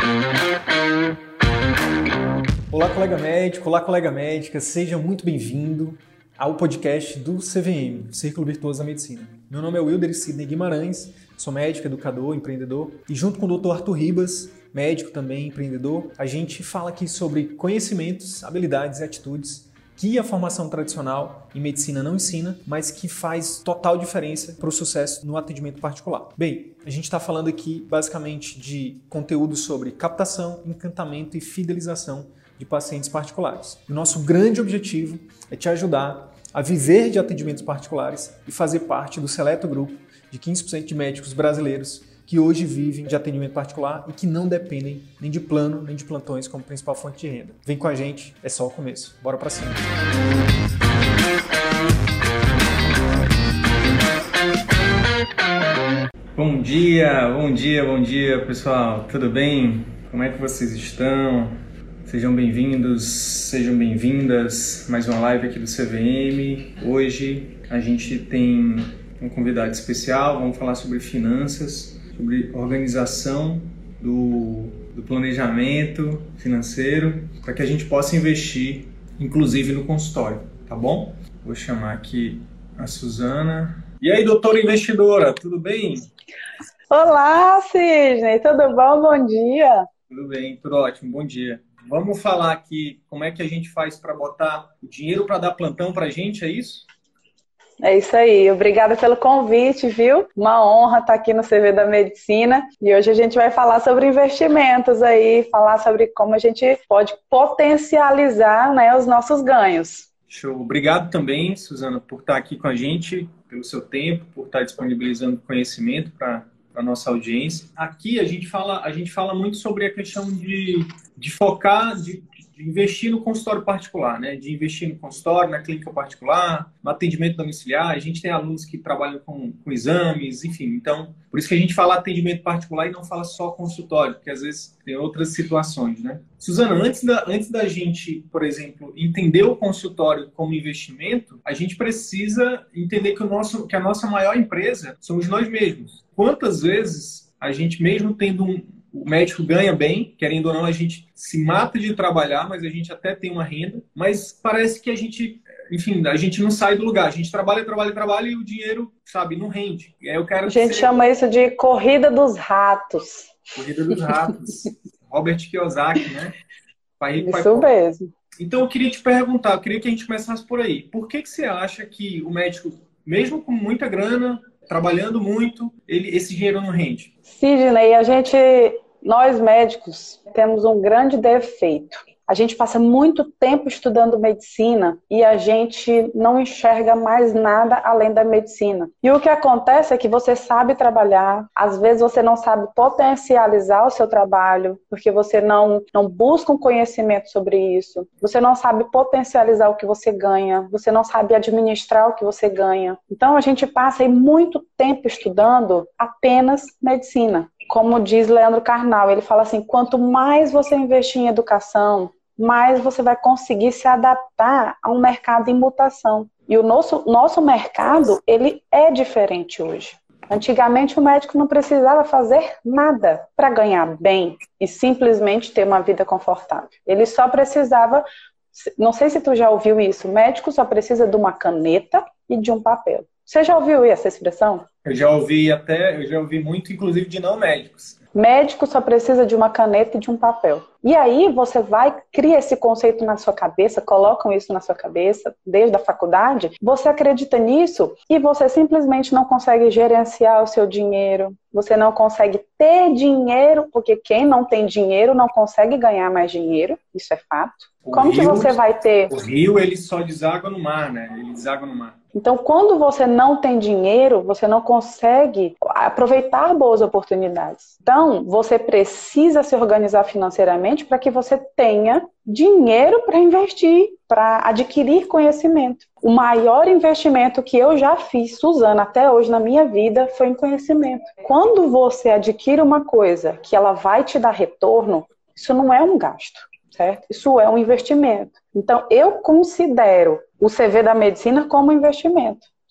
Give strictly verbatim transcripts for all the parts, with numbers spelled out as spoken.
Olá, colega médico, olá, colega médica, seja muito bem-vindo ao podcast do C V M, Círculo Virtuoso da Medicina. Meu nome é Wilder Sidney Guimarães, sou médico, educador, empreendedor e junto com o doutor Arthur Ribas, médico também, empreendedor, a gente fala aqui sobre conhecimentos, habilidades e atitudes que a formação tradicional em medicina não ensina, mas que faz total diferença para o sucesso no atendimento particular. Bem, a gente está falando aqui basicamente de conteúdo sobre captação, encantamento e fidelização de pacientes particulares. O nosso grande objetivo é te ajudar a viver de atendimentos particulares e fazer parte do seleto grupo de quinze por cento de médicos brasileiros que hoje vivem de atendimento particular e que não dependem nem de plano, nem de plantões como principal fonte de renda. Vem com a gente, é só o começo. Bora pra cima! Bom dia, bom dia, bom dia, pessoal. Tudo bem? Como é que vocês estão? Sejam bem-vindos, sejam bem-vindas. Mais uma live aqui do C V M. Hoje a gente tem um convidado especial. Vamos falar sobre finanças, sobre organização do, do planejamento financeiro para que a gente possa investir, inclusive no consultório, tá bom? Vou chamar aqui a Suzana. E aí, doutora investidora, tudo bem? Olá, Sidney, tudo bom? Bom dia. Tudo bem, tudo ótimo, bom dia. Vamos falar aqui como é que a gente faz para botar o dinheiro para dar plantão para a gente, é isso? É isso aí, obrigada pelo convite, viu? Uma honra estar aqui no C V da Medicina e hoje a gente vai falar sobre investimentos aí, falar sobre como a gente pode potencializar, né, os nossos ganhos. Show, obrigado também, Suzana, por estar aqui com a gente, pelo seu tempo, por estar disponibilizando conhecimento para a nossa audiência. Aqui a gente fala, a gente fala muito sobre a questão de, de focar, de, de investir no consultório particular, né? De investir no consultório, na clínica particular, no atendimento domiciliar. A gente tem alunos que trabalham com, com exames, enfim. Então, por isso que a gente fala atendimento particular e não fala só consultório, porque às vezes tem outras situações, né? Suzana, antes da, antes da gente, por exemplo, entender o consultório como investimento, a gente precisa entender que, o nosso, que a nossa maior empresa somos nós mesmos. Quantas vezes a gente, mesmo tendo um... O médico ganha bem, querendo ou não, a gente se mata de trabalhar, mas a gente até tem uma renda. Mas parece que a gente, enfim, a gente não sai do lugar. A gente trabalha, trabalha, trabalha e o dinheiro, sabe, não rende. E aí eu quero a gente ser... chama isso de corrida dos ratos. Corrida dos ratos. Robert Kiyosaki, né? Pai rico, pai isso pobre. mesmo. Então eu queria te perguntar, eu queria que a gente começasse por aí. Por que que você acha que o médico, mesmo com muita grana, trabalhando muito, ele, esse dinheiro não rende? Sidney, a gente, nós médicos, temos um grande defeito. A gente passa muito tempo estudando medicina e a gente não enxerga mais nada além da medicina. E o que acontece é que você sabe trabalhar, às vezes você não sabe potencializar o seu trabalho, porque você não, não busca um conhecimento sobre isso, você não sabe potencializar o que você ganha, você não sabe administrar o que você ganha. Então a gente passa aí muito tempo estudando apenas medicina. Como diz Leandro Carnal, ele fala assim, quanto mais você investir em educação, mais você vai conseguir se adaptar a um mercado em mutação. E o nosso, nosso mercado, ele é diferente hoje. Antigamente o médico não precisava fazer nada para ganhar bem e simplesmente ter uma vida confortável. Ele só precisava, não sei se tu já ouviu isso, o médico só precisa de uma caneta e de um papel. Você já ouviu essa expressão? Eu já ouvi até, eu já ouvi muito, inclusive, de não médicos. Médico só precisa de uma caneta e de um papel. E aí você vai, cria esse conceito na sua cabeça, colocam isso na sua cabeça desde a faculdade, você acredita nisso e você simplesmente não consegue gerenciar o seu dinheiro, você não consegue ter dinheiro, porque quem não tem dinheiro não consegue ganhar mais dinheiro, isso é fato. O Como rio, que você vai ter... O rio, ele só deságua no mar, né? Ele deságua no mar. Então, quando você não tem dinheiro, você não consegue aproveitar boas oportunidades. Então, você precisa se organizar financeiramente para que você tenha dinheiro para investir, para adquirir conhecimento. O maior investimento que eu já fiz, Suzana, até hoje na minha vida, foi em conhecimento. Quando você adquire uma coisa que ela vai te dar retorno, isso não é um gasto, certo? Isso é um investimento. Então, eu considero o C V da medicina como investimento.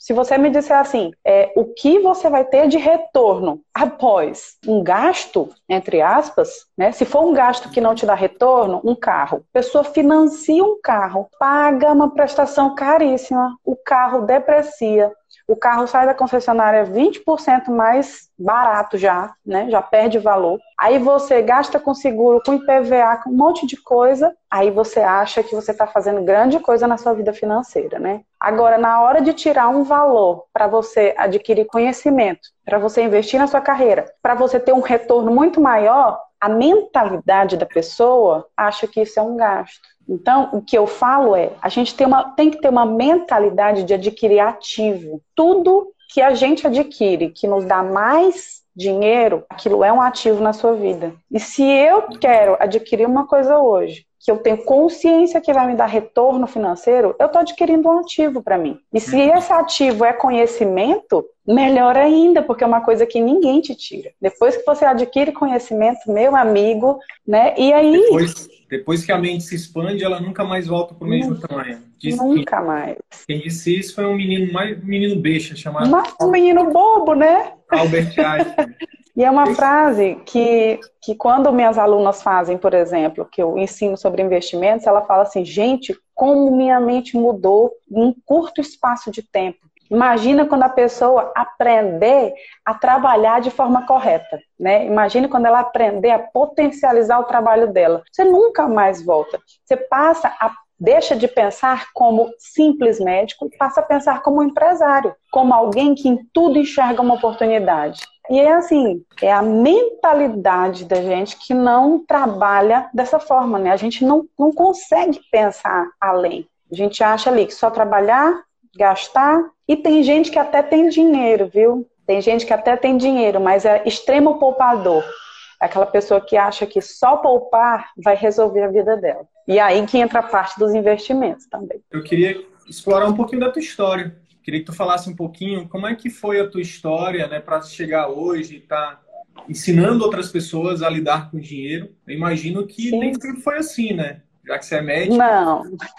Se você me disser assim, é, o que você vai ter de retorno após um gasto, entre aspas, né? Se for um gasto que não te dá retorno, um carro. A pessoa financia um carro, paga uma prestação caríssima, o carro deprecia, o carro sai da concessionária vinte por cento mais barato já, né? Já perde valor. Aí você gasta com seguro, com I P V A, com um monte de coisa, aí você acha que você está fazendo grande coisa na sua vida financeira, né? Agora, na hora de tirar um valor para você adquirir conhecimento, para você investir na sua carreira, para você ter um retorno muito maior, a mentalidade da pessoa acha que isso é um gasto. Então, o que eu falo é, a gente tem, uma, tem que ter uma mentalidade de adquirir ativo. Tudo que a gente adquire, que nos dá mais dinheiro, aquilo é um ativo na sua vida. E se eu quero adquirir uma coisa hoje, que eu tenho consciência que vai me dar retorno financeiro, eu estou adquirindo um ativo para mim. E se esse ativo é conhecimento, melhor ainda, porque é uma coisa que ninguém te tira. Depois que você adquire conhecimento, meu amigo, né? E aí... Depois, depois que a mente se expande, ela nunca mais volta para o mesmo nunca, tamanho. Diz, nunca mais. Quem disse isso foi um menino, mais, um menino besta, chamado... Mas um menino bobo, né? Albert Einstein. E é uma frase que, que quando minhas alunas fazem, por exemplo, que eu ensino sobre investimentos, ela fala assim, gente, como minha mente mudou em um curto espaço de tempo. Imagina quando a pessoa aprender a trabalhar de forma correta, né? Imagina quando ela aprender a potencializar o trabalho dela. Você nunca mais volta. Você passa a deixa de pensar como simples médico e passa a pensar como empresário, como alguém que em tudo enxerga uma oportunidade. E é assim, é a mentalidade da gente que não trabalha dessa forma, né? A gente não, não consegue pensar além. A gente acha ali que só trabalhar, gastar, e tem gente que até tem dinheiro, viu? Tem gente que até tem dinheiro, mas é extremo poupador. É aquela pessoa que acha que só poupar vai resolver a vida dela. E aí que entra a parte dos investimentos também. Eu queria explorar um pouquinho da tua história. Queria que tu falasse um pouquinho como é que foi a tua história, né, para chegar hoje e estar ensinando outras pessoas a lidar com dinheiro. Eu imagino que Sim. nem sempre foi assim, né? Já que você é médico. Não.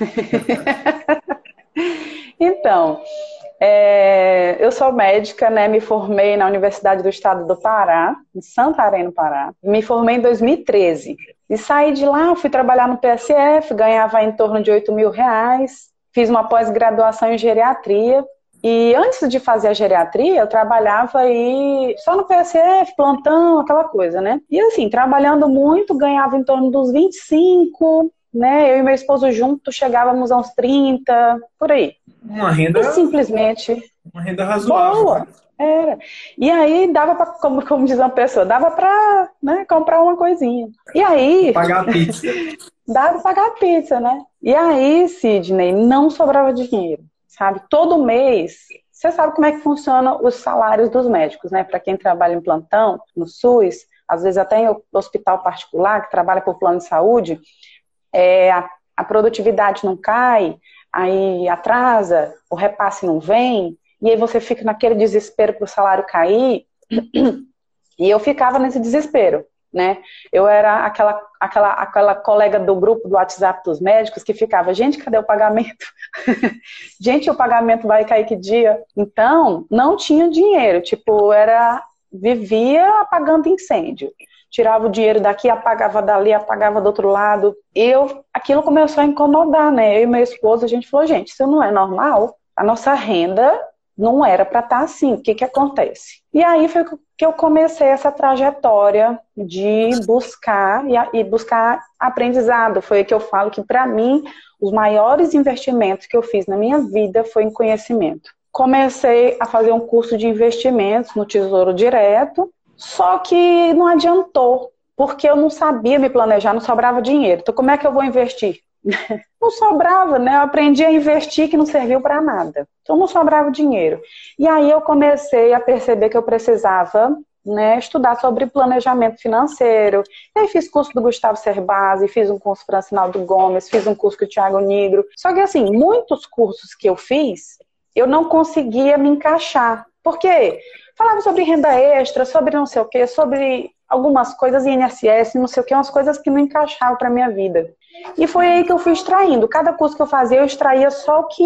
Então, é, eu sou médica, né? Me formei na Universidade do Estado do Pará, em Santarém, no Pará. Me formei em dois mil e treze. E saí de lá, fui trabalhar no P S F, ganhava em torno de oito mil reais. Fiz uma pós-graduação em geriatria. E antes de fazer a geriatria, eu trabalhava aí só no P S F, plantão, aquela coisa, né? E assim, trabalhando muito, ganhava em torno dos vinte e cinco, né? Eu e meu esposo juntos chegávamos a uns trinta, por aí. Uma renda... E simplesmente... Uma renda razoável. Boa, era. E aí dava pra, como, como diz uma pessoa, dava pra, né, comprar uma coisinha. E aí... Pagar a pizza. Dava pra pagar a pizza, né? E aí, Sidney, não sobrava dinheiro. Sabe, todo mês, você sabe como é que funciona os salários dos médicos, né? Para quem trabalha em plantão, no SUS, às vezes até em hospital particular, que trabalha por plano de saúde, é, a, a produtividade não cai, aí atrasa, o repasse não vem, e aí você fica naquele desespero para o salário cair, e eu ficava nesse desespero. Né? Eu era aquela, aquela, aquela colega do grupo do WhatsApp dos médicos que ficava, gente, cadê o pagamento? Gente, o pagamento vai cair que dia? Então, não tinha dinheiro, tipo, era, vivia apagando incêndio. Tirava o dinheiro daqui, apagava dali, apagava do outro lado. Eu, aquilo começou a incomodar, né? Eu e meu esposo, a gente falou, gente, isso não é normal. A nossa renda não era para estar assim. O que que acontece? E aí foi que eu comecei essa trajetória de buscar e buscar aprendizado. Foi aí que eu falo que, para mim, os maiores investimentos que eu fiz na minha vida foi em conhecimento. Comecei a fazer um curso de investimentos no Tesouro Direto, só que não adiantou, porque eu não sabia me planejar, não sobrava dinheiro. Então, como é que eu vou investir? Não sobrava, né? Eu aprendi a investir que não serviu para nada. Então não sobrava dinheiro. E aí eu comecei a perceber que eu precisava, né, estudar sobre planejamento financeiro. E aí fiz curso do Gustavo Cerbasi, fiz um curso com o Francinaldo Gomes, fiz um curso com o Thiago Nigro. Só que assim, muitos cursos que eu fiz, eu não conseguia me encaixar. Por quê? Falava sobre renda extra, sobre não sei o quê, sobre algumas coisas, I N S S, não sei o quê, umas coisas que não encaixavam para minha vida. E foi aí que eu fui extraindo. Cada curso que eu fazia, eu extraía só o que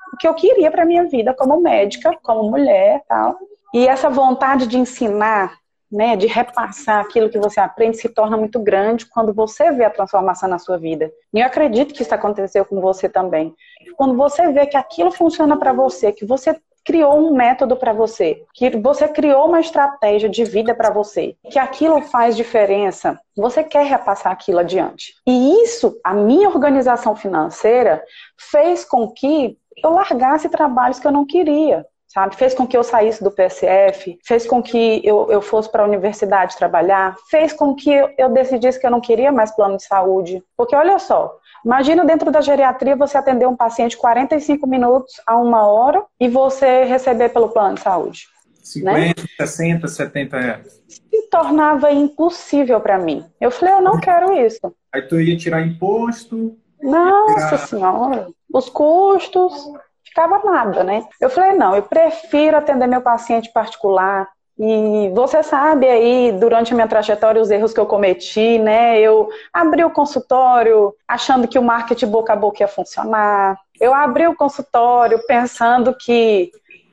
o que eu queria para minha vida como médica, como mulher, tal. E essa vontade de ensinar, né, de repassar aquilo que você aprende se torna muito grande quando você vê a transformação na sua vida. E eu acredito que isso aconteceu com você também. Quando você vê que aquilo funciona para você, que você criou um método para você, que você criou uma estratégia de vida para você, que aquilo faz diferença, você quer repassar aquilo adiante. E isso, a minha organização financeira, fez com que eu largasse trabalhos que eu não queria. Sabe? Fez com que eu saísse do P S F, fez com que eu, eu fosse para a universidade trabalhar, fez com que eu, eu decidisse que eu não queria mais plano de saúde. Porque olha só, imagina dentro da geriatria você atender um paciente quarenta e cinco minutos a uma hora e você receber pelo plano de saúde. cinquenta, né? sessenta, setenta reais. Se tornava impossível para mim. Eu falei, eu não quero isso. Aí tu ia tirar imposto? Nossa tirar... Senhora, os custos... ficava nada, né? Eu falei, não, eu prefiro atender meu paciente particular. E você sabe aí, durante a minha trajetória, os erros que eu cometi, né? Eu abri o consultório achando que o marketing boca a boca ia funcionar. Eu abri o consultório pensando que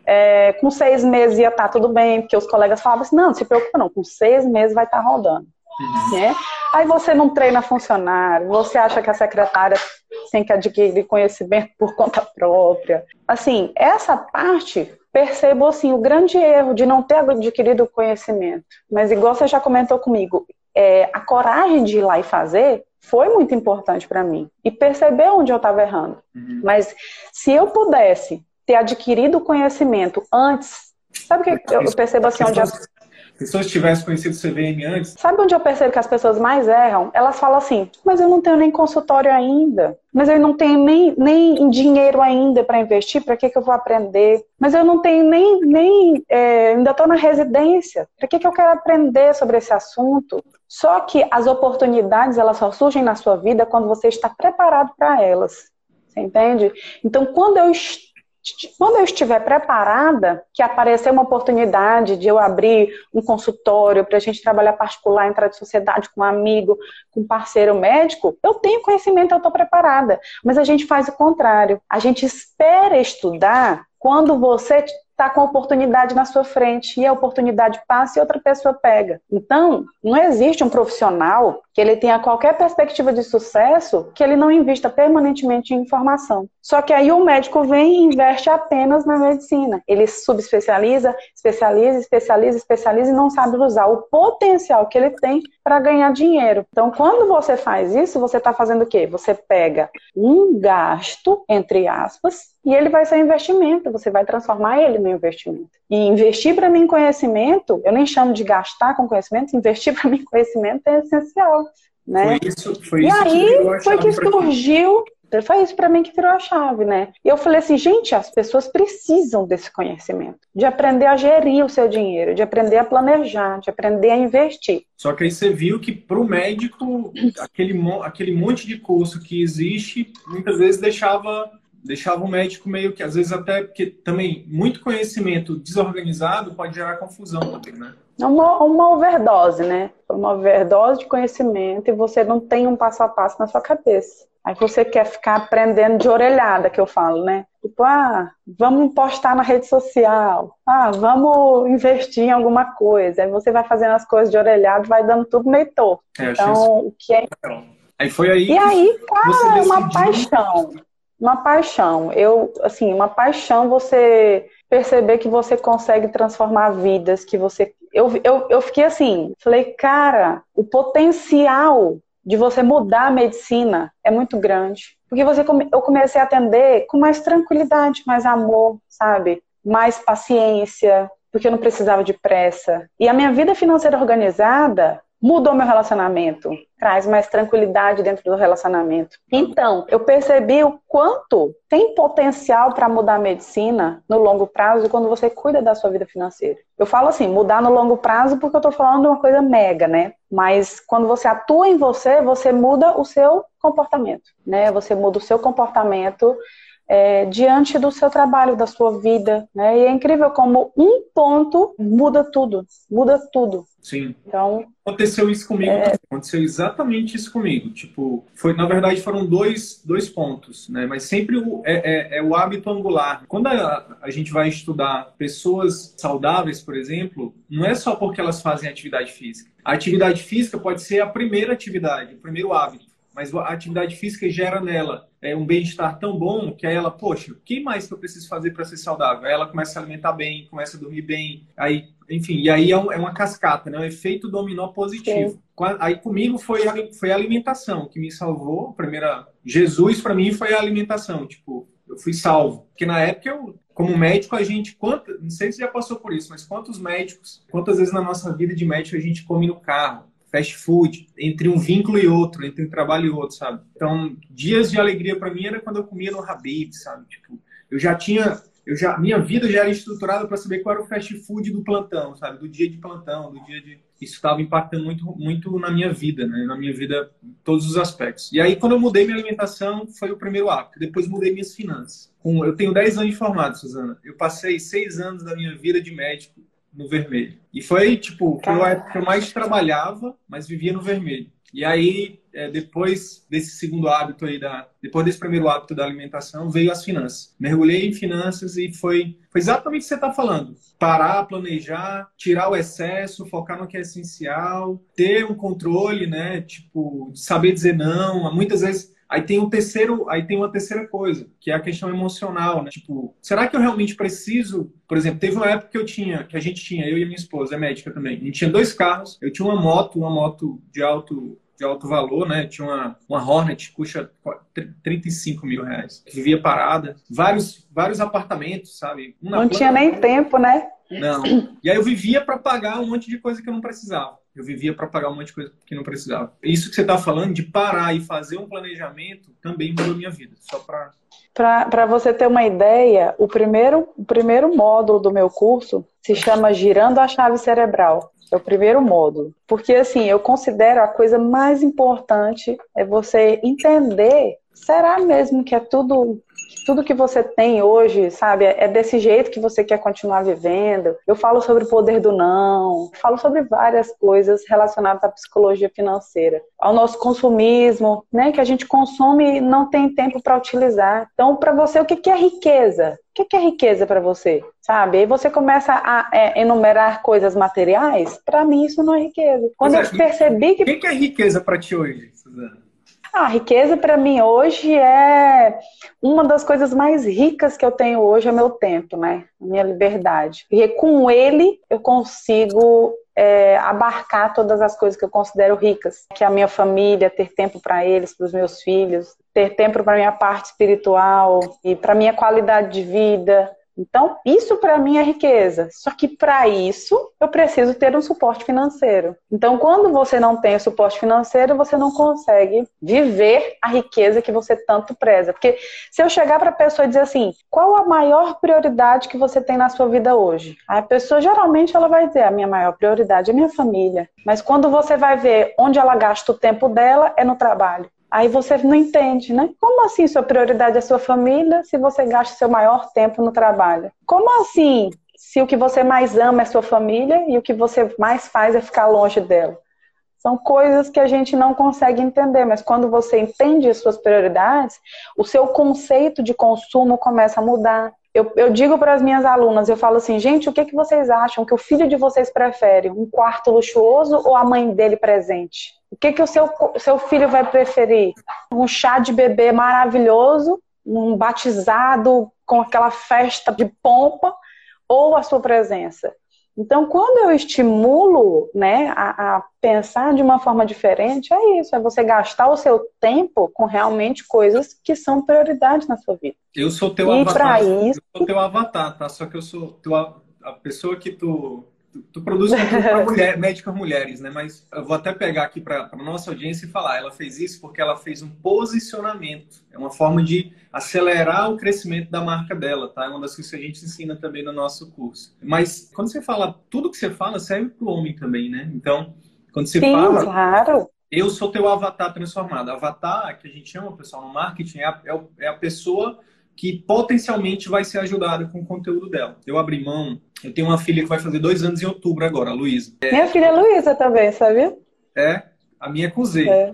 é, com seis meses ia estar tudo bem, porque os colegas falavam assim, não, não se preocupa não, com seis meses vai estar rodando. Uhum. Né? Aí você não treina funcionário, você acha que a secretária tem que adquirir conhecimento por conta própria. Assim, essa parte, percebo assim, o grande erro de não ter adquirido conhecimento. Mas igual você já comentou comigo, é, a coragem de ir lá e fazer foi muito importante para mim. E perceber onde eu estava errando. Uhum. Mas se eu pudesse ter adquirido o conhecimento antes, sabe o que eu, eu percebo assim, onde... Se pessoas tivessem conhecido o C V M antes... Sabe onde eu percebo que as pessoas mais erram? Elas falam assim, mas eu não tenho nem consultório ainda. Mas eu não tenho nem, nem dinheiro ainda para investir, para que, que eu vou aprender? Mas eu não tenho nem... nem é, ainda estou na residência. Para que, que eu quero aprender sobre esse assunto? Só que as oportunidades, elas só surgem na sua vida quando você está preparado para elas. Você entende? Então, quando eu estou Quando eu estiver preparada, que aparecer uma oportunidade de eu abrir um consultório para a gente trabalhar particular, entrar de sociedade com um amigo, com um parceiro médico, eu tenho conhecimento, eu estou preparada. Mas a gente faz o contrário. A gente espera estudar quando você está com a oportunidade na sua frente e a oportunidade passa e outra pessoa pega. Então, não existe um profissional que ele tenha qualquer perspectiva de sucesso que ele não invista permanentemente em informação. Só que aí o médico vem e investe apenas na medicina. Ele subespecializa, especializa, especializa, especializa e não sabe usar o potencial que ele tem para ganhar dinheiro. Então, quando você faz isso, você está fazendo o quê? Você pega um gasto, entre aspas, e ele vai ser investimento, você vai transformar ele no investimento. E investir para mim em conhecimento, eu nem chamo de gastar com conhecimento, investir para mim em conhecimento é essencial. Né? Foi isso, foi e isso aí que foi que surgiu, foi isso para mim que virou a chave, né? E eu falei assim, gente, as pessoas precisam desse conhecimento, de aprender a gerir o seu dinheiro, de aprender a planejar, de aprender a investir. Só que aí você viu que para o médico, aquele, aquele monte de curso que existe, muitas vezes deixava, deixava o médico meio que, às vezes até, porque também muito conhecimento desorganizado pode gerar confusão também, né? Uma, uma overdose, né? Uma overdose de conhecimento e você não tem um passo a passo na sua cabeça. Aí você quer ficar aprendendo de orelhada, que eu falo, né? Tipo, ah, vamos postar na rede social. Ah, vamos investir em alguma coisa. Aí você vai fazendo as coisas de orelhada e vai dando tudo meio torto. É, então, isso... o que é... Aí foi aí e aí, cara, é uma decidiu... paixão. Uma paixão. Eu, assim, uma paixão você perceber que você consegue transformar vidas, que você... Eu, eu, eu fiquei assim, falei, cara, o potencial de você mudar a medicina é muito grande. Porque você, eu comecei a atender com mais tranquilidade, mais amor, sabe? Mais paciência, porque eu não precisava de pressa. E a minha vida financeira organizada mudou meu relacionamento, traz mais tranquilidade dentro do relacionamento. Então, eu percebi o quanto tem potencial para mudar a medicina no longo prazo quando você cuida da sua vida financeira. Eu falo assim, mudar no longo prazo porque eu estou falando de uma coisa mega, né? Mas quando você atua em você, você muda o seu comportamento, né? Você muda o seu comportamento é, diante do seu trabalho, da sua vida, né? E é incrível como um ponto muda tudo, muda tudo. Sim. Então, aconteceu isso comigo, é... aconteceu exatamente isso comigo. Tipo, foi, na verdade foram dois, dois pontos, né? Mas sempre o, é, é, é o hábito angular. Quando a, a gente vai estudar pessoas saudáveis, por exemplo, não é só porque elas fazem atividade física. A atividade física pode ser a primeira atividade, o primeiro hábito. Mas a atividade física gera nela é, um bem-estar tão bom que aí ela, poxa, o que mais que eu preciso fazer para ser saudável? Aí ela começa a alimentar bem, começa a dormir bem, aí, enfim, e aí é, um, é uma cascata, né? Um efeito dominó positivo. Sim. Aí comigo foi a, foi a alimentação que me salvou. A primeira, Jesus para mim foi a alimentação, tipo, eu fui salvo. Porque na época eu, como médico, a gente, quanta, não sei se já passou por isso, mas quantos médicos, quantas vezes na nossa vida de médico a gente come no carro? Fast food, entre um vínculo e outro, entre um trabalho e outro, sabe? Então, dias de alegria para mim era quando eu comia no Habib, sabe? Tipo, eu já tinha, eu já, minha vida já era estruturada para saber qual era o fast food do plantão, sabe? Do dia de plantão, do dia de... Isso estava impactando muito, muito na minha vida, né? Na minha vida, em todos os aspectos. E aí, quando eu mudei minha alimentação, foi o primeiro hábito. Depois mudei minhas finanças. Com, eu tenho dez anos de formado, Suzana. Eu passei seis anos da minha vida de médico no vermelho. E foi, tipo, foi a época que eu mais trabalhava, mas vivia no vermelho. E aí, é, depois desse segundo hábito aí, da, depois desse primeiro hábito da alimentação, veio as finanças. Mergulhei em finanças e foi, foi exatamente o que você está falando. Parar, planejar, tirar o excesso, focar no que é essencial, ter um controle, né? Tipo, saber dizer não. Muitas vezes... Aí tem um terceiro, aí tem uma terceira coisa, que é a questão emocional, né? Tipo, será que eu realmente preciso? Por exemplo, teve uma época que eu tinha, que a gente tinha, eu e a minha esposa, é médica também. A gente tinha dois carros, eu tinha uma moto, uma moto de alto, de alto valor, né? Tinha uma, uma Hornet que custa trinta e cinco mil reais, que vivia parada, vários, vários apartamentos, sabe? Um não tinha nem tempo, né? Não. E aí eu vivia para pagar um monte de coisa que eu não precisava. Eu vivia para pagar um monte de coisa que não precisava. Isso que você está falando, de parar e fazer um planejamento, também mudou minha vida. Só para... Para você ter uma ideia, o primeiro, o primeiro módulo do meu curso se chama Girando a Chave Cerebral. É o primeiro módulo. Porque, assim, eu considero a coisa mais importante é você entender, será mesmo que é tudo... Tudo que você tem hoje, sabe, é desse jeito que você quer continuar vivendo. Eu falo sobre o poder do não, falo sobre várias coisas relacionadas à psicologia financeira, ao nosso consumismo, né, que a gente consome e não tem tempo para utilizar. Então, para você, o que é riqueza? O que é riqueza para você? Sabe? Aí você começa a é, enumerar coisas materiais. Para mim, isso não é riqueza. Quando eu percebi que... O que é riqueza para ti hoje, Suzana? A riqueza para mim hoje é uma das coisas mais ricas que eu tenho hoje é meu tempo, né? A minha liberdade. E com ele eu consigo é, abarcar todas as coisas que eu considero ricas. Que é a minha família, ter tempo para eles, para os meus filhos, ter tempo para minha parte espiritual e para minha qualidade de vida. Então, isso para mim é riqueza. Só que para isso, eu preciso ter um suporte financeiro. Então, quando você não tem o suporte financeiro, você não consegue viver a riqueza que você tanto preza. Porque se eu chegar para a pessoa e dizer assim, qual a maior prioridade que você tem na sua vida hoje? A pessoa, geralmente, ela vai dizer, a minha maior prioridade é minha família. Mas quando você vai ver onde ela gasta o tempo dela, é no trabalho. Aí você não entende, né? Como assim sua prioridade é sua família se você gasta seu maior tempo no trabalho? Como assim se o que você mais ama é sua família e o que você mais faz é ficar longe dela? São coisas que a gente não consegue entender, mas quando você entende as suas prioridades, o seu conceito de consumo começa a mudar. Eu, eu digo para as minhas alunas, eu falo assim, gente, o que, que vocês acham que o filho de vocês prefere? Um quarto luxuoso ou a mãe dele presente? O que, que o seu, seu filho vai preferir? Um chá de bebê maravilhoso, um batizado com aquela festa de pompa ou a sua presença? Então, quando eu estimulo, né, a, a pensar de uma forma diferente, é isso, é você gastar o seu tempo com realmente coisas que são prioridade na sua vida. Eu sou teu e avatar, isso... eu sou teu avatar, tá? Só que eu sou tua, a pessoa que tu, tu, tu produz conteúdo para mulher, médicas mulheres, né? Mas eu vou até pegar aqui para a nossa audiência e falar, ela fez isso porque ela fez um posicionamento, é uma forma de acelerar o crescimento da marca dela, tá? É uma das coisas que a gente ensina também no nosso curso. Mas quando você fala, tudo que você fala serve para o homem também, né? Então, quando você Sim, fala... claro. Eu sou teu avatar transformado. Avatar, que a gente chama, pessoal, no marketing, é a, é a pessoa que potencialmente vai ser ajudada com o conteúdo dela. Eu abri mão, eu tenho uma filha que vai fazer dois anos em outubro agora, a Luísa. Minha filha é Luísa também, sabe? É, a minha é com Z. É.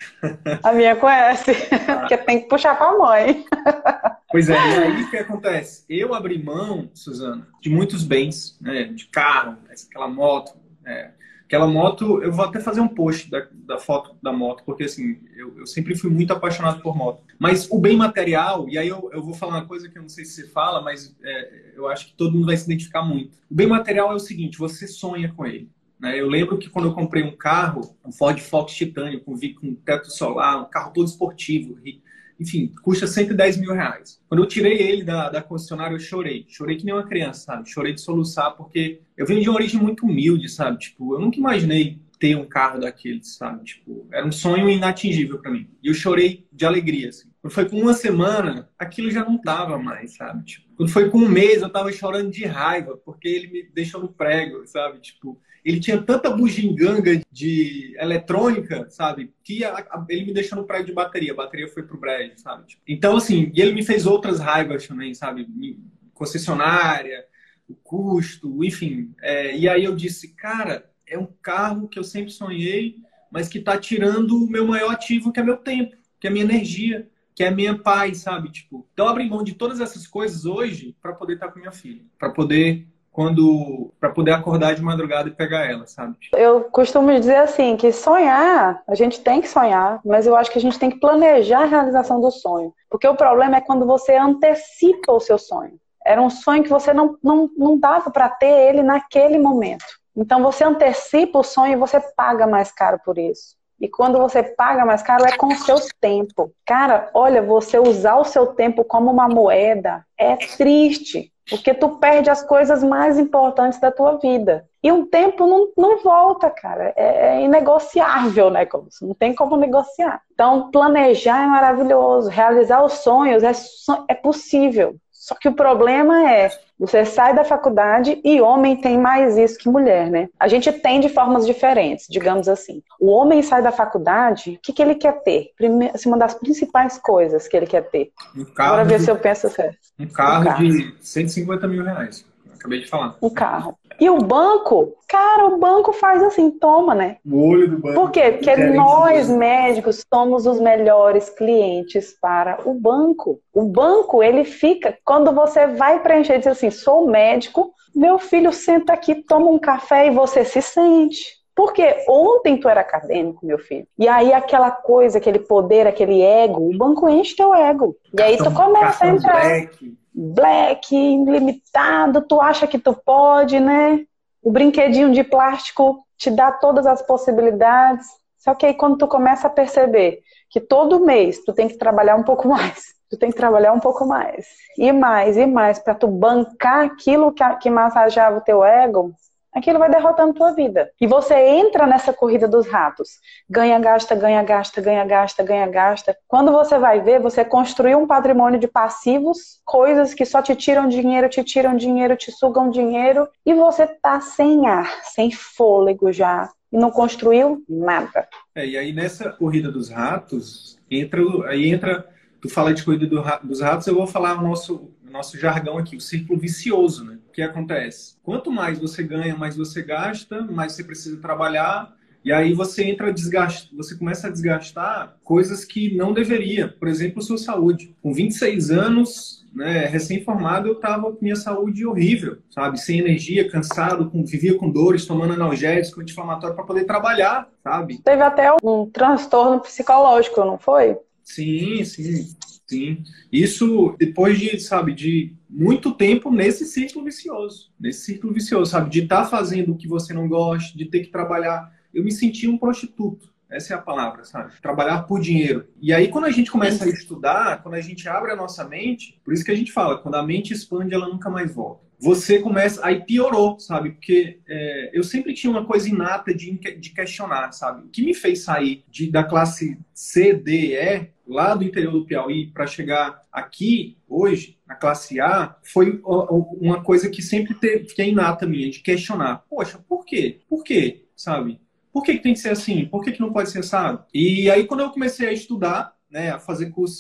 A minha conhece, Ah. porque tem que puxar com a mãe. Pois é, e aí o que acontece? Eu abri mão, Suzana, de muitos bens, né? De carro, aquela moto. É, aquela moto, eu vou até fazer um post da, da foto da moto, porque assim, eu, eu sempre fui muito apaixonado por moto. Mas o bem material, e aí eu, eu vou falar uma coisa que eu não sei se você fala, mas é, eu acho que todo mundo vai se identificar muito. O bem material é o seguinte, você sonha com ele. Eu lembro que quando eu comprei um carro, um Ford Focus Titanium, com, com teto solar, um carro todo esportivo, enfim, custa cento e dez mil reais. Quando eu tirei ele da, da concessionária, eu chorei. Chorei que nem uma criança, sabe? Chorei de soluçar, porque eu venho de uma origem muito humilde, sabe? Tipo, eu nunca imaginei ter um carro daqueles, sabe? Tipo, era um sonho inatingível para mim. E eu chorei de alegria, assim. Quando foi com uma semana, aquilo já não dava mais, sabe? Tipo, quando foi com um mês, eu tava chorando de raiva, porque ele me deixou no prego, sabe? Tipo, ele tinha tanta bugiganga de eletrônica, sabe? Que a, a, ele me deixou no prego de bateria. A bateria foi pro brejo, sabe? Tipo, então, assim, e ele me fez outras raivas também, sabe? Concessionária, o custo, enfim. É, e aí eu disse, cara, é um carro que eu sempre sonhei, mas que tá tirando o meu maior ativo, que é meu tempo, que é minha energia, que é a minha paz, sabe? Tipo, então eu abri mão de todas essas coisas hoje para poder estar com minha filha, para poder quando para poder acordar de madrugada e pegar ela, sabe? Eu costumo dizer assim, que sonhar, a gente tem que sonhar, mas eu acho que a gente tem que planejar a realização do sonho. Porque o problema é quando você antecipa o seu sonho. Era um sonho que você não, não, não dava para ter ele naquele momento. Então você antecipa o sonho e você paga mais caro por isso. E quando você paga mais caro é com o seu tempo. Cara, olha, você usar o seu tempo como uma moeda é triste. Porque tu perde as coisas mais importantes da tua vida. E um tempo não, não volta, cara. É, é inegociável, né? Não tem como negociar. Então, planejar é maravilhoso. Realizar os sonhos é, é possível. Só que o problema é, você sai da faculdade e homem tem mais isso que mulher, né? A gente tem de formas diferentes, digamos assim. O homem sai da faculdade, o que, que ele quer ter? Primeiro, assim, uma das principais coisas que ele quer ter. Um carro Agora ver de, se eu penso certo. Um carro, um carro de cento e cinquenta mil reais. Acabei de falar. Um carro. E o banco, cara, o banco faz assim, toma, né? O olho do banco. Por quê? Porque nós, médicos, somos os melhores clientes para o banco. O banco, ele fica, quando você vai preencher, diz assim, sou médico, meu filho senta aqui, toma um café e você se sente. Porque ontem tu era acadêmico, meu filho. E aí aquela coisa, aquele poder, aquele ego, o banco enche teu ego. E aí tu começa a entrar. Black. Black, ilimitado, tu acha que tu pode, né? O brinquedinho de plástico te dá todas as possibilidades. Só que aí quando tu começa a perceber que todo mês tu tem que trabalhar um pouco mais, tu tem que trabalhar um pouco mais, e mais, e mais, para tu bancar aquilo que, que massageava o teu ego, aquilo vai derrotando tua vida. E você entra nessa corrida dos ratos. Ganha, gasta, ganha, gasta, ganha, gasta, ganha, gasta. Quando você vai ver, você construiu um patrimônio de passivos, coisas que só te tiram dinheiro, te tiram dinheiro, te sugam dinheiro, e você tá sem ar, sem fôlego já, e não construiu nada. É, e aí nessa corrida dos ratos, entra, aí entra, tu fala de corrida do, dos ratos, eu vou falar o nosso... nosso jargão aqui, o círculo vicioso, né? O que acontece? Quanto mais você ganha, mais você gasta, mais você precisa trabalhar, e aí você entra a desgastar, você começa a desgastar coisas que não deveria. Por exemplo, sua saúde. Com vinte e seis anos, né, recém-formado, eu tava com minha saúde horrível, sabe? Sem energia, cansado, com, vivia com dores, tomando analgésico, anti-inflamatório para poder trabalhar, sabe? Teve até um transtorno psicológico, não foi? Sim, sim. Sim, isso depois de, sabe, de muito tempo nesse círculo vicioso, nesse círculo vicioso, sabe, de estar fazendo o que você não gosta, de ter que trabalhar. Eu me senti um prostituto, essa é a palavra, sabe, trabalhar por dinheiro. E aí quando a gente começa a estudar, quando a gente abre a nossa mente, por isso que a gente fala, quando a mente expande, ela nunca mais volta. Você começa, aí piorou, sabe, porque é, eu sempre tinha uma coisa inata de, de questionar, sabe, o que me fez sair de, da classe C, D, E, lá do interior do Piauí, para chegar aqui, hoje, na classe A, foi uma coisa que sempre teve, que é inata minha, de questionar. Poxa, por quê? Por quê? Sabe? Por que, que tem que ser assim? Por que, que não pode ser assado? E aí, quando eu comecei a estudar, né, a fazer cursos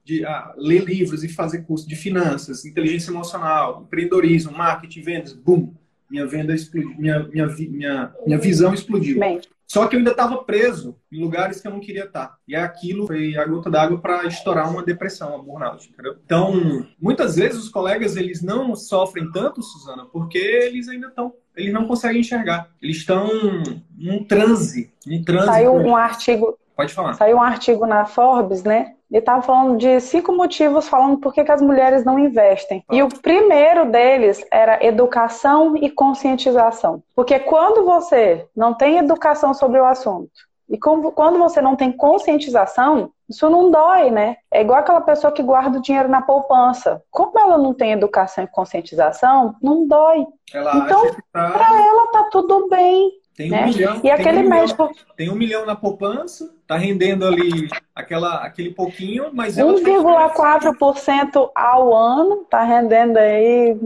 de ah, ler livros e fazer curso de finanças, inteligência emocional, empreendedorismo, marketing, vendas, boom, minha venda explodiu, minha, minha, minha, minha visão explodiu. Bem. Só que eu ainda estava preso em lugares que eu não queria estar. E aquilo foi a gota d'água para estourar uma depressão, uma burnout, entendeu? Então, muitas vezes os colegas, eles não sofrem tanto, Suzana, porque eles ainda estão, eles não conseguem enxergar. Eles estão num transe, num transe. Saiu um artigo, Pode falar. Saiu um artigo na Forbes, né? Ele estava falando de cinco motivos falando por que, que as mulheres não investem. E o primeiro deles era educação e conscientização. Porque quando você não tem educação sobre o assunto e quando você não tem conscientização, isso não dói, né? É igual aquela pessoa que guarda o dinheiro na poupança. Como ela não tem educação e conscientização, não dói. Ela então, tá... para ela tá tudo bem. Tem um, né? milhão, e tem aquele um médico... milhão, tem um milhão na poupança, tá rendendo ali aquela, aquele pouquinho, mas ela um vírgula quatro por cento ao ano, tá rendendo aí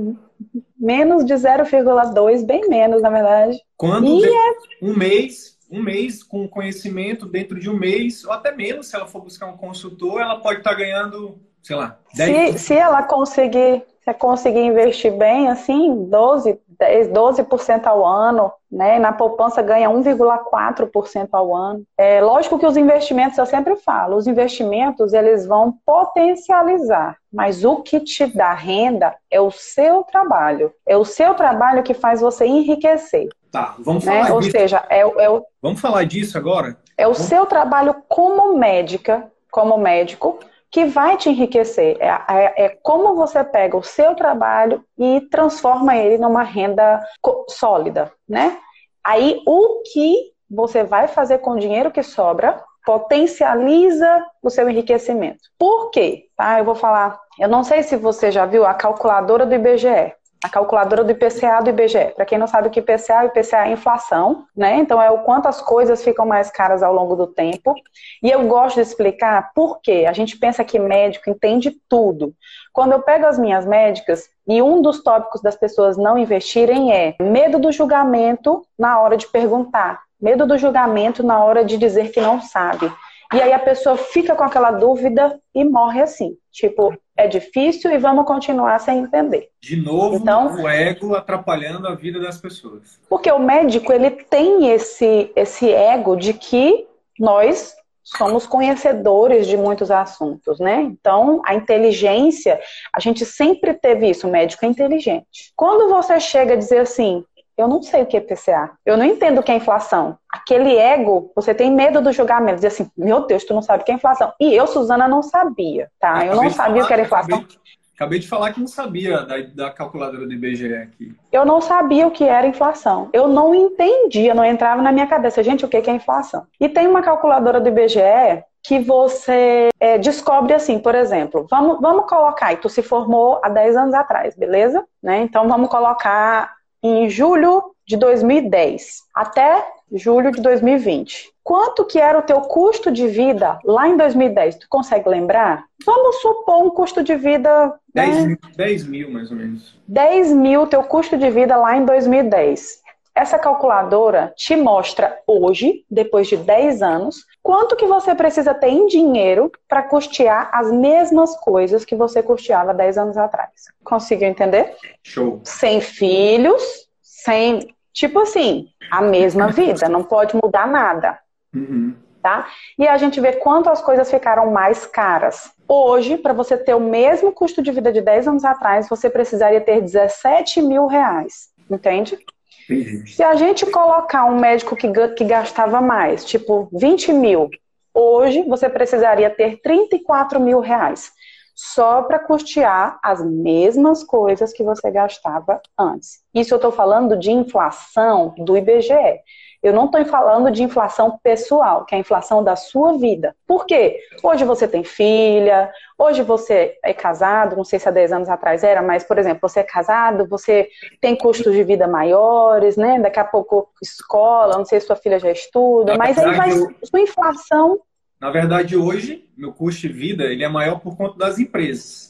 menos de zero vírgula dois por cento, bem menos, na verdade. Quando e é... um mês, um mês com conhecimento, dentro de um mês, ou até menos, se ela for buscar um consultor, ela pode estar ganhando, sei lá, dez por cento. Se, se ela conseguir, se conseguir investir bem, assim, doze, dez, doze por cento ao ano, né? Na poupança ganha um vírgula quatro por cento ao ano. É lógico que os investimentos, eu sempre falo, os investimentos eles vão potencializar, mas o que te dá renda é o seu trabalho. É o seu trabalho que faz você enriquecer. Tá, vamos né? falar Ou disso. seja, é, é o, vamos falar disso agora? É o vamos... seu trabalho como médica, como médico, que vai te enriquecer. É, é, é como você pega o seu trabalho e transforma ele numa renda sólida, né? Aí, o que você vai fazer com o dinheiro que sobra potencializa o seu enriquecimento. Por quê? Tá? Eu vou falar, eu não sei se você já viu a calculadora do I B G E. A calculadora do I P C A do I B G E. Para quem não sabe o que I P C A, o I P C A é inflação, né? Então é o quanto as coisas ficam mais caras ao longo do tempo. E eu gosto de explicar por quê. A gente pensa que médico entende tudo. Quando eu pego as minhas médicas, e um dos tópicos das pessoas não investirem é medo do julgamento na hora de perguntar. Medo do julgamento na hora de dizer que não sabe. E aí a pessoa fica com aquela dúvida e morre assim. Tipo, é difícil e vamos continuar sem entender. De novo, então, o ego atrapalhando a vida das pessoas. Porque o médico, ele tem esse, esse ego de que nós somos conhecedores de muitos assuntos, né? Então, a inteligência, a gente sempre teve isso, o médico é inteligente. Quando você chega a dizer assim, eu não sei o que é I P C A, eu não entendo o que é inflação. Aquele ego, você tem medo do julgamento, dizer assim, meu Deus, tu não sabe o que é inflação. E eu, Suzana, não sabia, tá? Eu, eu não sabia falar, o que era inflação. Acabei, acabei de falar que não sabia da, da calculadora do I B G E aqui. Eu não sabia o que era inflação. Eu não entendia, não entrava na minha cabeça, gente, o que é inflação. E tem uma calculadora do I B G E que você é, descobre assim, por exemplo, vamos, vamos colocar, aí tu se formou há dez anos atrás, beleza? Né? Então vamos colocar em julho de dois mil e dez até julho de dois mil e vinte. Quanto que era o teu custo de vida lá em dois mil e dez? Tu consegue lembrar? Vamos supor um custo de vida... dez, né? mil, dez mil, mais ou menos. dez mil teu custo de vida lá em dois mil e dez. Essa calculadora te mostra hoje, depois de dez anos, quanto que você precisa ter em dinheiro para custear as mesmas coisas que você custeava dez anos atrás. Conseguiu entender? Show. Sem filhos, sem... Tipo assim, a mesma vida, não pode mudar nada. Uhum. Tá? E a gente vê quanto as coisas ficaram mais caras. Hoje, para você ter o mesmo custo de vida de dez anos atrás, você precisaria ter dezessete mil reais. Entende? Uhum. Se a gente colocar um médico que, que gastava mais, tipo vinte mil, hoje você precisaria ter trinta e quatro mil reais. Só para custear as mesmas coisas que você gastava antes. Isso eu estou falando de inflação do I B G E. Eu não estou falando de inflação pessoal, que é a inflação da sua vida. Por quê? Hoje você tem filha, hoje você é casado, não sei se há dez anos atrás era, mas, por exemplo, você é casado, você tem custos de vida maiores, né? Daqui a pouco escola, não sei se sua filha já estuda, mas aí vai sua inflação... Na verdade, hoje, meu custo de vida ele é maior por conta das empresas.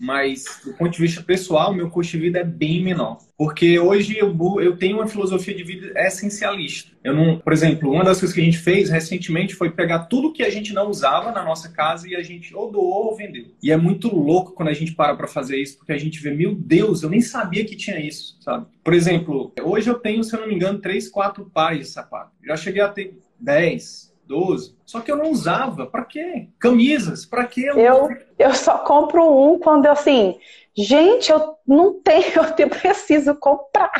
mas do ponto de vista pessoal, meu custo de vida é bem menor. Porque hoje eu, eu tenho uma filosofia de vida essencialista. Eu não, por exemplo, uma das coisas que a gente fez recentemente foi pegar tudo que a gente não usava na nossa casa e a gente ou doou ou vendeu. E é muito louco quando a gente para para fazer isso, porque a gente vê, meu Deus, eu nem sabia que tinha isso, sabe? Por exemplo, hoje eu tenho, se eu não me engano, três, quatro pares de sapato. Já cheguei a ter dez, doze. Só que eu não usava. Pra quê? Camisas. Pra quê? Eu, eu, eu só compro um quando eu, assim, gente, eu não tenho, eu preciso comprar.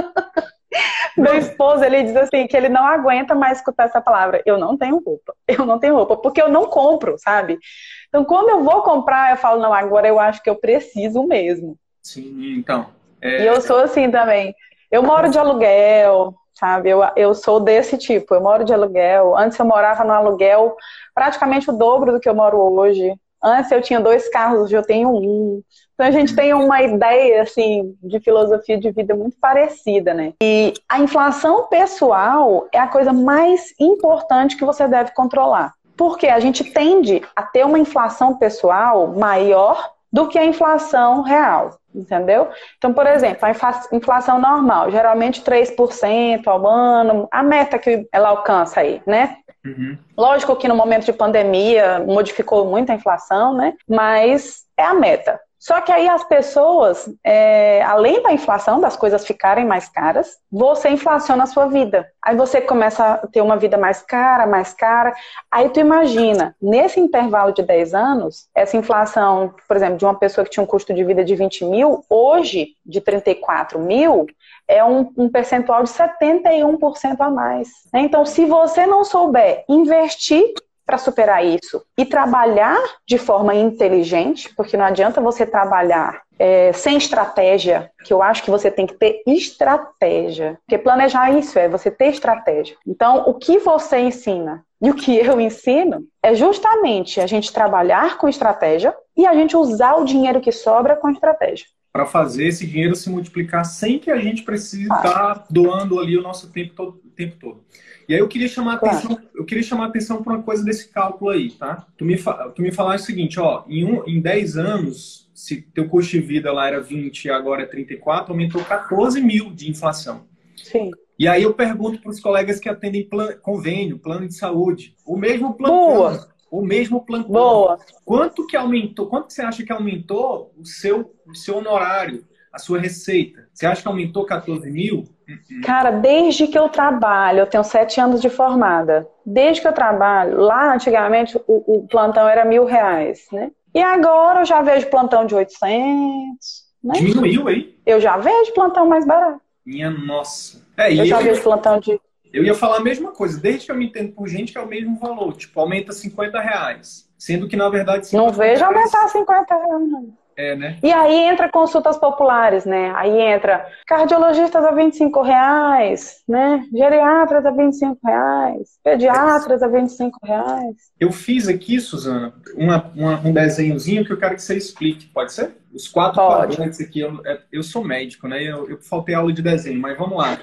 Não. Meu esposo, ele diz assim, que ele não aguenta mais escutar essa palavra. Eu não tenho roupa. Eu não tenho roupa, porque eu não compro, sabe? Então, quando eu vou comprar, eu falo, não, agora eu acho que eu preciso mesmo. Sim, então. É... E eu sou assim também. Eu moro de aluguel, sabe? Eu, eu sou desse tipo, eu moro de aluguel. Antes eu morava no aluguel praticamente o dobro do que eu moro hoje. Antes eu tinha dois carros, hoje eu tenho um. Então a gente tem uma ideia, assim, de filosofia de vida muito parecida, né? E a inflação pessoal é a coisa mais importante que você deve controlar. Porque a gente tende a ter uma inflação pessoal maior do que a inflação real. Entendeu? Então, por exemplo, a inflação normal, geralmente três por cento ao ano, a meta que ela alcança aí, né? Uhum. Lógico que no momento de pandemia modificou muito a inflação, né? Mas é a meta. Só que aí as pessoas, é, além da inflação, das coisas ficarem mais caras, você inflaciona a sua vida. Aí você começa a ter uma vida mais cara, mais cara. Aí tu imagina, nesse intervalo de dez anos, essa inflação, por exemplo, de uma pessoa que tinha um custo de vida de vinte mil, hoje, de trinta e quatro mil, é um, um percentual de setenta e um por cento a mais. Então, se você não souber investir para superar isso e trabalhar de forma inteligente, porque não adianta você trabalhar é, sem estratégia, que eu acho que você tem que ter estratégia, porque planejar isso é você ter estratégia. Então, o que você ensina e o que eu ensino é justamente a gente trabalhar com estratégia e a gente usar o dinheiro que sobra com estratégia. Para fazer esse dinheiro se multiplicar sem que a gente precise estar ah. tá doando ali o nosso tempo todo, o tempo todo. E aí eu queria chamar a claro. atenção, eu queria chamar a atenção para uma coisa desse cálculo aí, tá? Tu me, tu me falaste o seguinte, ó, em, um, em dez anos, se teu custo de vida lá era vinte e agora é trinta e quatro, aumentou quatorze mil de inflação. Sim. E aí eu pergunto para os colegas que atendem plan, convênio, plano de saúde, o mesmo plano. Boa. O mesmo plantão. Boa. Quanto que aumentou? Quanto que você acha que aumentou o seu, o seu honorário, a sua receita? Você acha que aumentou quatorze mil? Cara, desde que eu trabalho, eu tenho sete anos de formada. Desde que eu trabalho, lá antigamente o, o plantão era mil reais, né? E agora eu já vejo plantão de oitocentos, né? Diminuiu aí? Eu já vejo plantão mais barato. Minha nossa. É, eu e já eu... vejo plantão de... Eu ia falar a mesma coisa, desde que eu me entendo por gente que é o mesmo valor. Tipo, aumenta cinquenta reais. Sendo que, na verdade... Não vejo reais... aumentar cinquenta reais, não. É, né? E aí entra consultas populares, né? Aí entra cardiologistas a vinte e cinco reais, né? Geriatras a vinte e cinco reais, pediatras a vinte e cinco reais. Eu fiz aqui, Suzana, uma, uma, um desenhozinho que eu quero que você explique, pode ser? Os quatro pode. quadrantes aqui, eu, eu sou médico, né? Eu, eu faltei aula de desenho, mas vamos lá.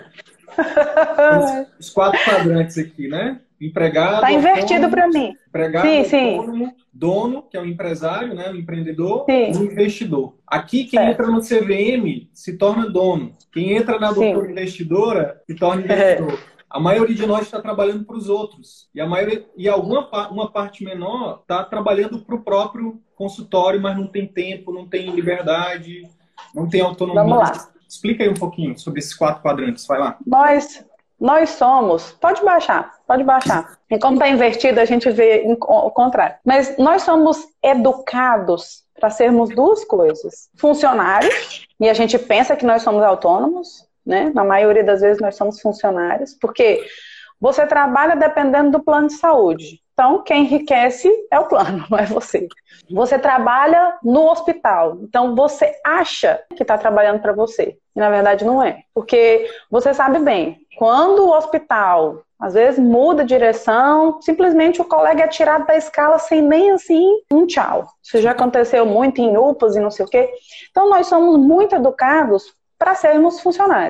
Os, os quatro quadrantes aqui, né? Empregado. Tá invertido para mim. Empregado, sim, autônomo, sim. dono, que é o empresário, né? O empreendedor, sim. e o investidor. Aqui, quem certo. entra no C V M se torna dono. Quem entra na doutora sim. investidora se torna investidor. É. A maioria de nós está trabalhando para os outros. E a maioria, e alguma uma parte menor está trabalhando para o próprio consultório, mas não tem tempo, não tem liberdade, não tem autonomia. Vamos lá. Explica aí um pouquinho sobre esses quatro quadrantes, vai lá. Nós, nós somos, pode baixar, pode baixar. E como está invertido, a gente vê o contrário. Mas nós somos educados para sermos duas coisas. Funcionários, e a gente pensa que nós somos autônomos, né? Na maioria das vezes nós somos funcionários, porque você trabalha dependendo do plano de saúde. Então, quem enriquece é o plano, não é você. Você trabalha no hospital. Então, você acha que está trabalhando para você. E, na verdade, não é. Porque você sabe bem, quando o hospital, às vezes, muda de direção, simplesmente o colega é tirado da escala sem nem, assim, um tchau. Isso já aconteceu muito em U P As e não sei o quê. Então, nós somos muito educados para sermos funcionários.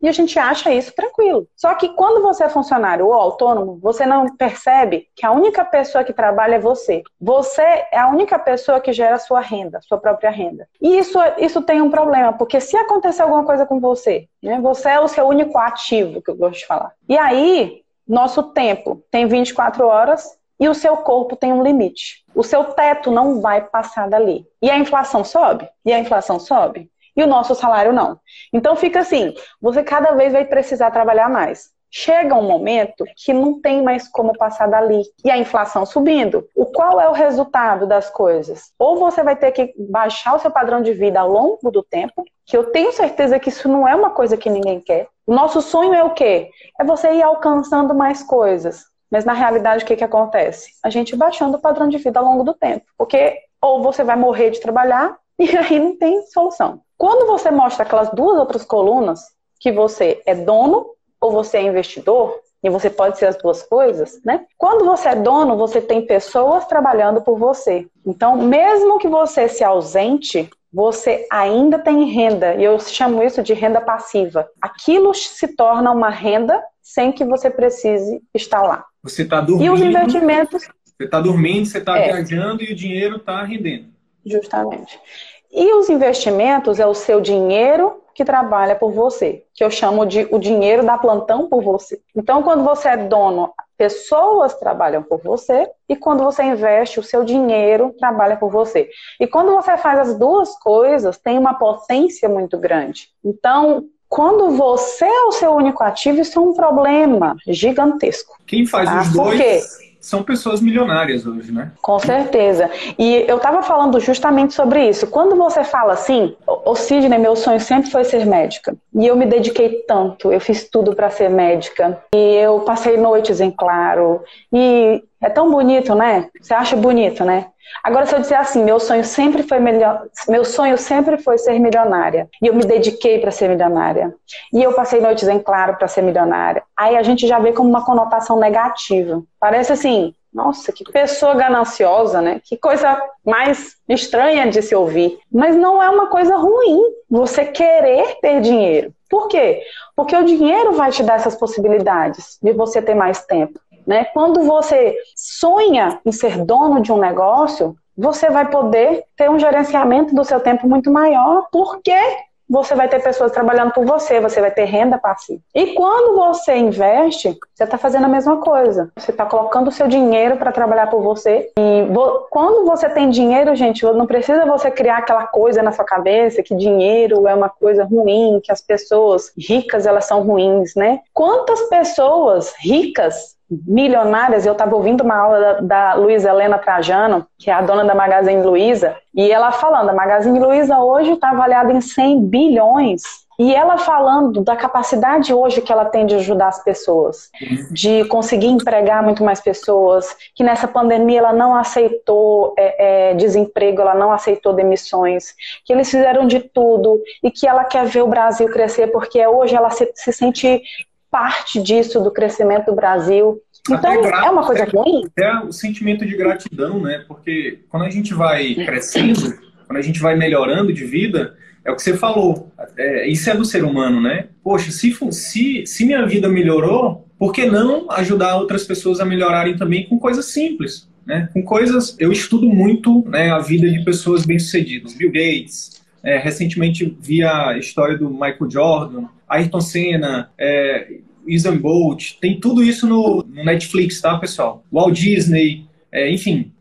E a gente acha isso tranquilo. Só que quando você é funcionário ou autônomo, você não percebe que a única pessoa que trabalha é você. Você é a única pessoa que gera a sua renda, sua própria renda. E isso, isso tem um problema, porque se acontecer alguma coisa com você, né, você é o seu único ativo, que eu gosto de falar. E aí, nosso tempo tem vinte e quatro horas e o seu corpo tem um limite. O seu teto não vai passar dali. E a inflação sobe? E a inflação sobe? E o nosso salário não. Então fica assim, você cada vez vai precisar trabalhar mais. Chega um momento que não tem mais como passar dali. E a inflação subindo. O qual é o resultado das coisas? Ou você vai ter que baixar o seu padrão de vida ao longo do tempo, que eu tenho certeza que isso não é uma coisa que ninguém quer. O nosso sonho é o quê? É você ir alcançando mais coisas. Mas na realidade o que, que acontece? A gente baixando o padrão de vida ao longo do tempo. Porque ou você vai morrer de trabalhar e aí não tem solução. Quando você mostra aquelas duas outras colunas, que você é dono ou você é investidor, e você pode ser as duas coisas, né? Quando você é dono, você tem pessoas trabalhando por você. Então, mesmo que você se ausente, você ainda tem renda. E eu chamo isso de renda passiva. Aquilo se torna uma renda sem que você precise estar lá. Você está dormindo. E os investimentos... Você está dormindo, você está é. viajando e o dinheiro está rendendo. Justamente. E os investimentos é o seu dinheiro que trabalha por você, que eu chamo de o dinheiro da plantão por você. Então, quando você é dono, pessoas trabalham por você, e quando você investe, o seu dinheiro trabalha por você. E quando você faz as duas coisas, tem uma potência muito grande. Então, quando você é o seu único ativo, isso é um problema gigantesco. Quem faz tá? os dois... Por quê? São pessoas milionárias hoje, né? Com certeza. E eu estava falando justamente sobre isso. Quando você fala assim, ô Sidney, meu sonho sempre foi ser médica. E eu me dediquei tanto, eu fiz tudo para ser médica. E eu passei noites em claro. E é tão bonito, né? Você acha bonito, né? Agora, se eu disser assim, meu sonho sempre foi melhor, meu sonho sempre foi ser milionária. E eu me dediquei para ser milionária. E eu passei noites em claro para ser milionária. Aí a gente já vê como uma conotação negativa. Parece assim, nossa, que pessoa gananciosa, né? Que coisa mais estranha de se ouvir. Mas não é uma coisa ruim você querer ter dinheiro. Por quê? Porque o dinheiro vai te dar essas possibilidades de você ter mais tempo. Né? Quando você sonha em ser dono de um negócio, você vai poder ter um gerenciamento do seu tempo muito maior, porque você vai ter pessoas trabalhando por você, você vai ter renda passiva. E quando você investe, você está fazendo a mesma coisa. Você está colocando o seu dinheiro para trabalhar por você. E vo- quando você tem dinheiro, gente, não precisa você criar aquela coisa na sua cabeça que dinheiro é uma coisa ruim, que as pessoas ricas elas são ruins, né? Quantas pessoas ricas milionárias, eu estava ouvindo uma aula da, da Luiza Helena Trajano, que é a dona da Magazine Luiza, e ela falando, a Magazine Luiza hoje está avaliada em cem bilhões, e ela falando da capacidade hoje que ela tem de ajudar as pessoas, de conseguir empregar muito mais pessoas, que nessa pandemia ela não aceitou é, é, desemprego, ela não aceitou demissões, que eles fizeram de tudo, e que ela quer ver o Brasil crescer, porque hoje ela se, se sente parte disso, do crescimento do Brasil. Então, gra- é uma coisa ruim? É o sentimento de gratidão, né? Porque quando a gente vai crescendo, quando a gente vai melhorando de vida, é o que você falou. É, isso é do ser humano, né? Poxa, se, se, se minha vida melhorou, por que não ajudar outras pessoas a melhorarem também com coisas simples? Né? Com coisas... Eu estudo muito, né, a vida de pessoas bem-sucedidas. Bill Gates, é, recentemente vi a história do Michael Jordan, Ayrton Senna, é, Usain Bolt, tem tudo isso no, no Netflix, tá, pessoal? Walt Disney, é, enfim.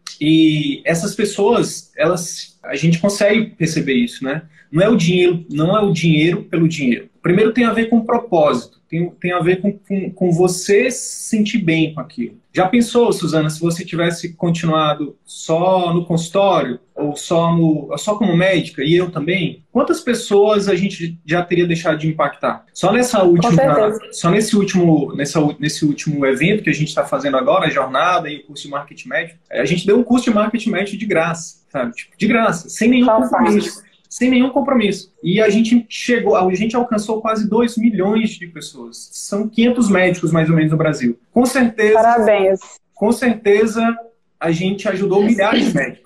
E essas pessoas, elas, a gente consegue perceber isso, né? Não é o dinheiro, não é o dinheiro pelo dinheiro. Primeiro tem a ver com propósito, tem, tem a ver com, com, com você se sentir bem com aquilo. Já pensou, Suzana, se você tivesse continuado só no consultório, ou só, no, só como médica, e eu também? Quantas pessoas a gente já teria deixado de impactar? Só, nessa última, só nesse, último, nessa, nesse último evento que a gente está fazendo agora, a jornada e o curso de marketing médico, a gente deu um curso de marketing médico de graça, sabe? Tipo, de graça, sem nenhum compromisso. Sem nenhum compromisso. E a gente chegou, a gente alcançou quase dois milhões de pessoas. São quinhentos médicos, mais ou menos, no Brasil. Com certeza... Parabéns. Com certeza, a gente ajudou milhares de médicos.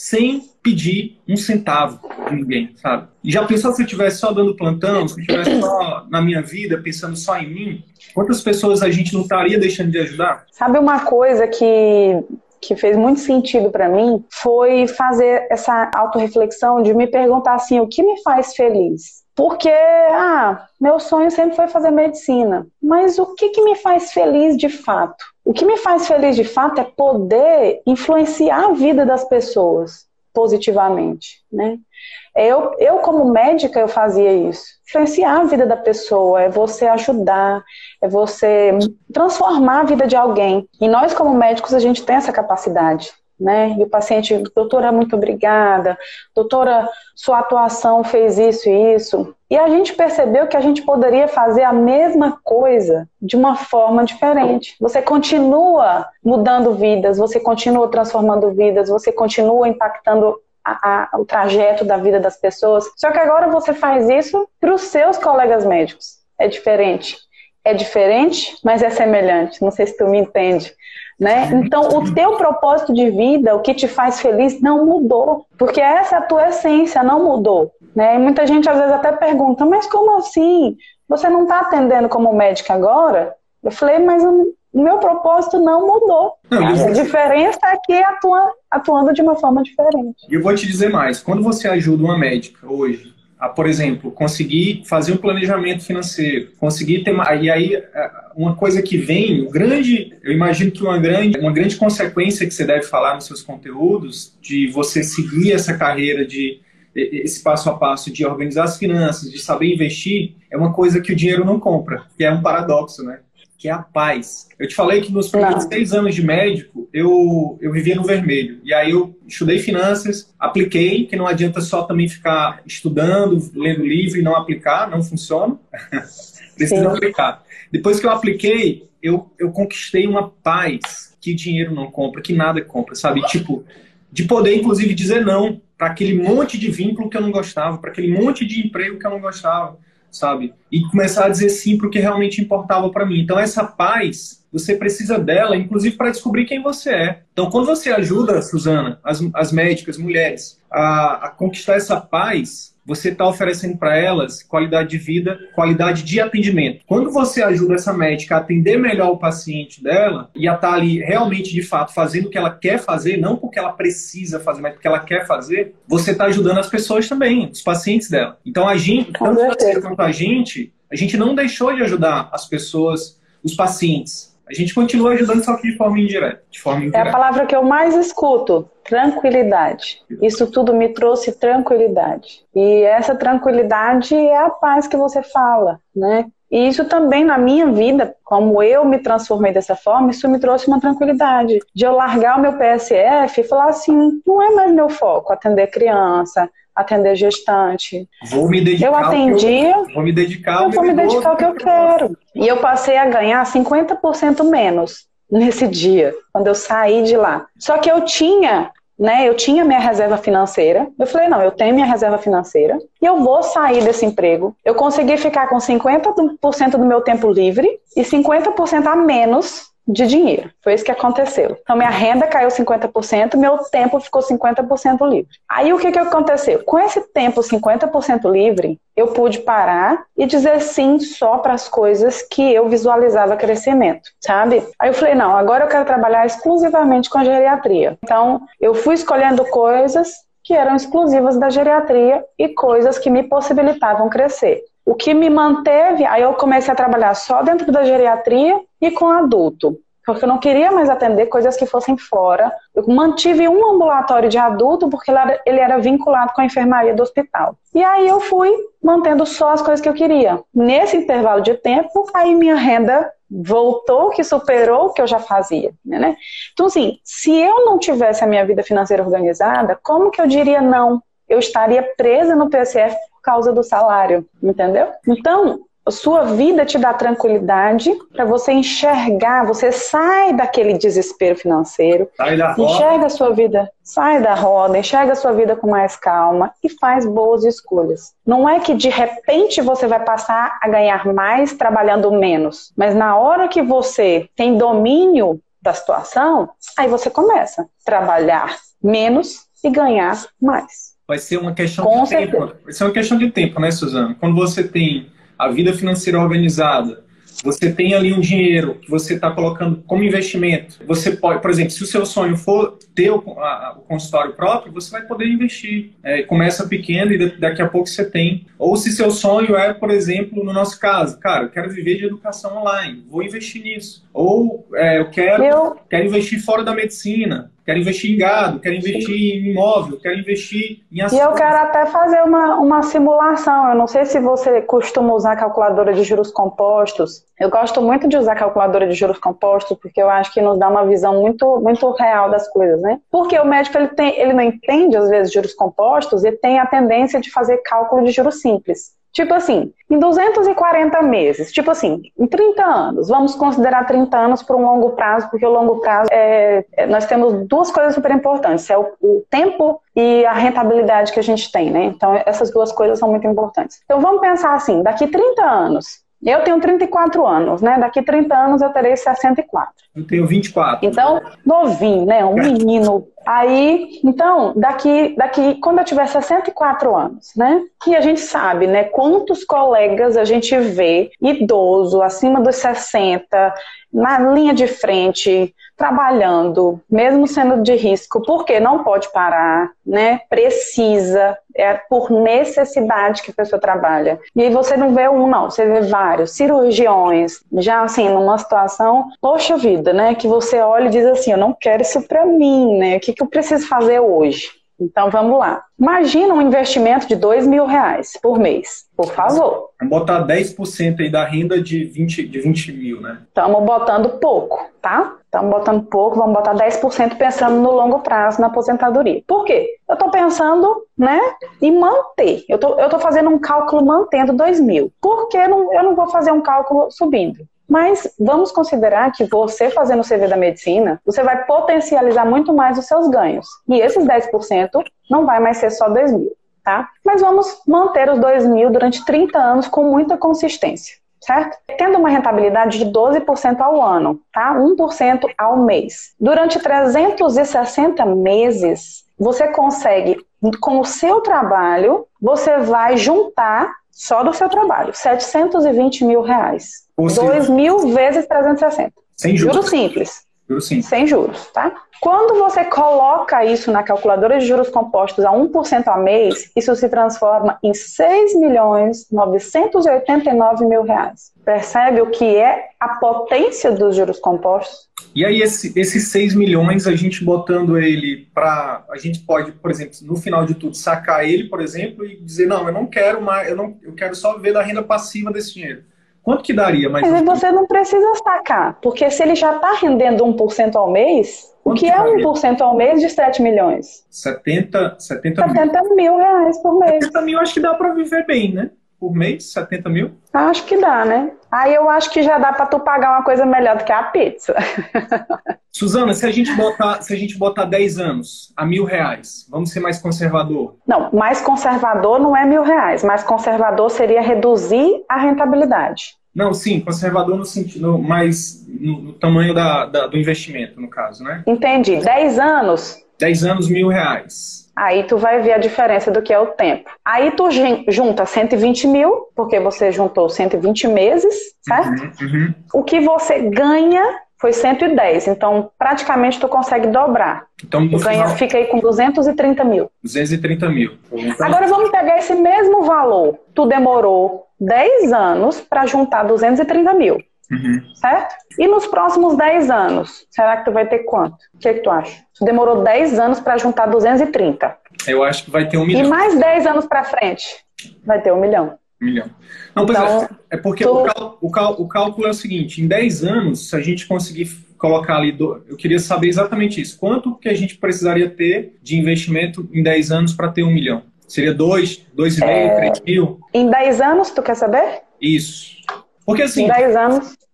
sem pedir um centavo de ninguém, sabe? E já pensou se eu estivesse só dando plantão, se eu estivesse só na minha vida, pensando só em mim? Quantas pessoas a gente não estaria deixando de ajudar? Sabe uma coisa que, que fez muito sentido para mim? Foi fazer essa autorreflexão de me perguntar assim, o que me faz feliz? Porque, ah, meu sonho sempre foi fazer medicina. Mas o que, que me faz feliz de fato? O que me faz feliz de fato é poder influenciar a vida das pessoas positivamente, né? Eu, eu como médica, eu fazia isso. Influenciar a vida da pessoa, é você ajudar, é você transformar a vida de alguém. E nós, como médicos, a gente tem essa capacidade, né? E o paciente, doutora, muito obrigada, doutora, sua atuação fez isso e isso. E a gente percebeu que a gente poderia fazer a mesma coisa de uma forma diferente. Você continua mudando vidas, você continua transformando vidas, você continua impactando a, a, o trajeto da vida das pessoas. Só que agora você faz isso para os seus colegas médicos. É diferente. É diferente, mas é semelhante. Não sei se tu me entende. Né? Então, o teu propósito de vida, o que te faz feliz, não mudou. Porque essa é a tua essência, não mudou. Né? E muita gente às vezes até pergunta, mas como assim? Você não está atendendo como médica agora? Eu falei, mas o meu propósito não mudou. Não, a vou... diferença é que atua, atuando de uma forma diferente. E eu vou te dizer mais, quando você ajuda uma médica hoje, a, por exemplo, conseguir fazer um planejamento financeiro, conseguir ter... E aí, uma coisa que vem, o grande, eu imagino que uma grande, uma grande consequência que você deve falar nos seus conteúdos, de você seguir essa carreira de esse passo a passo de organizar as finanças, de saber investir, é uma coisa que o dinheiro não compra, que é um paradoxo, né? Que é a paz. Eu te falei que nos primeiros seis anos de médico, eu, eu vivia no vermelho. E aí eu estudei finanças, apliquei, que não adianta só também ficar estudando, lendo livro e não aplicar, não funciona. Precisa aplicar. Depois que eu apliquei, eu, eu conquistei uma paz que dinheiro não compra, que nada compra, sabe? Tipo, de poder, inclusive, dizer não para aquele monte de vínculo que eu não gostava, para aquele monte de emprego que eu não gostava, sabe? E começar a dizer sim para o que realmente importava para mim. Então, essa paz, você precisa dela, inclusive, para descobrir quem você é. Então, quando você ajuda, Suzana, as, as médicas, mulheres, a, a conquistar essa paz, você está oferecendo para elas qualidade de vida, qualidade de atendimento. Quando você ajuda essa médica a atender melhor o paciente dela e a estar ali realmente, de fato, fazendo o que ela quer fazer, não porque ela precisa fazer, mas porque ela quer fazer, você está ajudando as pessoas também, os pacientes dela. Então, a gente, tanto você quanto a gente, a gente não deixou de ajudar as pessoas, os pacientes. A gente continua ajudando, só que de forma indireta. De forma indireta. É a palavra que eu mais escuto, tranquilidade. Isso tudo me trouxe tranquilidade. E essa tranquilidade é a paz que você fala, né? E isso também na minha vida, como eu me transformei dessa forma, isso me trouxe uma tranquilidade. De eu largar o meu P S F e falar assim, não é mais meu foco atender criança, atender gestante. Vou me dedicar eu atendi, ao que eu, vou me dedicar eu vou me dedicar ao que eu quero. E eu passei a ganhar cinquenta por cento menos nesse dia, quando eu saí de lá. Só que eu tinha, né, eu tinha minha reserva financeira. Eu falei, não, eu tenho minha reserva financeira e eu vou sair desse emprego. Eu consegui ficar com cinquenta por cento do meu tempo livre e cinquenta por cento a menos de dinheiro. Foi isso que aconteceu. Então, minha renda caiu cinquenta por cento, meu tempo ficou cinquenta por cento livre. Aí, o que que aconteceu? Com esse tempo cinquenta por cento livre, eu pude parar e dizer sim só para as coisas que eu visualizava crescimento, sabe? Aí eu falei, não, agora eu quero trabalhar exclusivamente com a geriatria. Então, eu fui escolhendo coisas que eram exclusivas da geriatria e coisas que me possibilitavam crescer. O que me manteve, aí eu comecei a trabalhar só dentro da geriatria e com adulto, porque eu não queria mais atender coisas que fossem fora. Eu mantive um ambulatório de adulto porque ele era, ele era vinculado com a enfermaria do hospital. E aí eu fui mantendo só as coisas que eu queria. Nesse intervalo de tempo, aí minha renda voltou, que superou o que eu já fazia, né? Então, assim, se eu não tivesse a minha vida financeira organizada, como que eu diria não? Eu estaria presa no P S F por causa do salário, entendeu? Então, a sua vida te dá tranquilidade para você enxergar, você sai daquele desespero financeiro, sai da roda. Enxerga a sua vida, sai da roda, enxerga a sua vida com mais calma e faz boas escolhas. Não é que de repente você vai passar a ganhar mais trabalhando menos, mas na hora que você tem domínio da situação, aí você começa a trabalhar menos e ganhar mais. Vai ser uma questão Com de certeza. tempo. Vai ser uma questão de tempo, né, Suzana? Quando você tem a vida financeira organizada, você tem ali um dinheiro que você está colocando como investimento. Você pode, por exemplo, se o seu sonho for ter o, a, o consultório próprio, você vai poder investir. É, começa pequeno e daqui a pouco você tem. Ou se seu sonho é, por exemplo, no nosso caso, cara, eu quero viver de educação online, vou investir nisso. Ou é, eu quero, eu quero investir fora da medicina. Quero investir em gado, quero investir em imóvel, quero investir em ações. E eu quero até fazer uma, uma simulação. Eu não sei se você costuma usar calculadora de juros compostos. Eu gosto muito de usar calculadora de juros compostos porque eu acho que nos dá uma visão muito, muito real das coisas, né? Porque o médico ele, tem, ele não entende, às vezes, juros compostos e tem a tendência de fazer cálculo de juros simples. Tipo assim, em duzentos e quarenta meses, tipo assim, em trinta anos, vamos considerar trinta anos por um longo prazo, porque o longo prazo, é, é, nós temos duas coisas super importantes, é o, o tempo e a rentabilidade que a gente tem, né? Então, essas duas coisas são muito importantes. Então, vamos pensar assim, daqui trinta anos, eu tenho trinta e quatro anos, né? Daqui trinta anos eu terei sessenta e quatro. Eu tenho vinte e quatro. Então, novinho, né? Um menino. Aí, então, daqui, daqui, quando eu tiver sessenta e quatro anos, né? Que a gente sabe, né? Quantos colegas a gente vê idoso, acima dos sessenta, na linha de frente, trabalhando, mesmo sendo de risco, porque não pode parar, né? Precisa, é por necessidade que a pessoa trabalha. E aí você não vê um, não, você vê vários cirurgiões, já assim, numa situação, poxa vida, né? Que você olha e diz assim, eu não quero isso pra mim, né? O que, que eu preciso fazer hoje? Então vamos lá. Imagina um investimento de dois mil reais por mês, por favor. Vamos botar dez por cento aí da renda de vinte, de vinte mil, né? Estamos botando pouco, tá? Estamos botando pouco, vamos botar dez por cento pensando no longo prazo, na aposentadoria. Por quê? Eu estou pensando, né, em manter. Eu tô, eu tô fazendo um cálculo mantendo dois mil. Por que não, eu não vou fazer um cálculo subindo? Mas vamos considerar que você fazendo o C V da medicina, você vai potencializar muito mais os seus ganhos. E esses dez por cento não vai mais ser só dois mil, tá? Mas vamos manter os dois mil durante trinta anos com muita consistência, certo? Tendo uma rentabilidade de doze por cento ao ano, tá? um por cento ao mês. Durante trezentos e sessenta meses, você consegue, com o seu trabalho, você vai juntar, só do seu trabalho, setecentos e vinte mil reais. dois mil vezes trezentos e sessenta. Sem juros. Juros simples. Juros simples. Sem juros, tá? Quando você coloca isso na calculadora de juros compostos a um por cento ao mês, isso se transforma em seis milhões novecentos e oitenta e nove mil reais. Percebe o que é a potência dos juros compostos? E aí, esse, esses seis milhões, a gente botando ele para... A gente pode, por exemplo, no final de tudo, sacar ele, por exemplo, e dizer, não, eu não quero mais, eu, não, eu quero só viver da renda passiva desse dinheiro. Quanto que daria? Mais Mas você não precisa sacar, porque se ele já está rendendo um por cento ao mês, o que é um por cento ao mês de sete milhões? setenta, setenta mil. setenta mil reais por mês. setenta mil acho que dá para viver bem, né? Por mês, setenta mil? Acho que dá, né? Aí eu acho que já dá para tu pagar uma coisa melhor do que a pizza. Suzana, se a gente botar, se a gente botar dez anos a mil reais, vamos ser mais conservador? Não, mais conservador não é mil reais. Mais conservador seria reduzir a rentabilidade. Não, sim, conservador no sentido, mais no, no tamanho da, da, do investimento, no caso, né? Entendi. dez anos? dez anos, mil reais. Aí tu vai ver a diferença do que é o tempo. Aí tu junta cento e vinte mil, porque você juntou cento e vinte meses, certo? Uhum, uhum. O que você ganha foi cento e dez, então praticamente tu consegue dobrar. Então, tu ganha, final, fica aí com duzentos e trinta mil. duzentos e trinta mil. Então... Agora vamos pegar esse mesmo valor. Tu demorou dez anos para juntar duzentos e trinta mil. Uhum. Certo? E nos próximos dez anos, será que tu vai ter quanto? O que, é que tu acha? Tu demorou dez anos para juntar duzentos e trinta. Eu acho que vai ter um milhão. E mais dez anos para frente, vai ter um milhão. Um milhão. Não, pois então, é, é porque tu... o, cal, o, cal, o cálculo é o seguinte, em dez anos, se a gente conseguir colocar ali, do, eu queria saber exatamente isso, quanto que a gente precisaria ter de investimento em dez anos para ter um milhão? Seria dois, dois e meio, é... três mil? Em dez anos, tu quer saber? Isso. Porque assim... Em dez anos...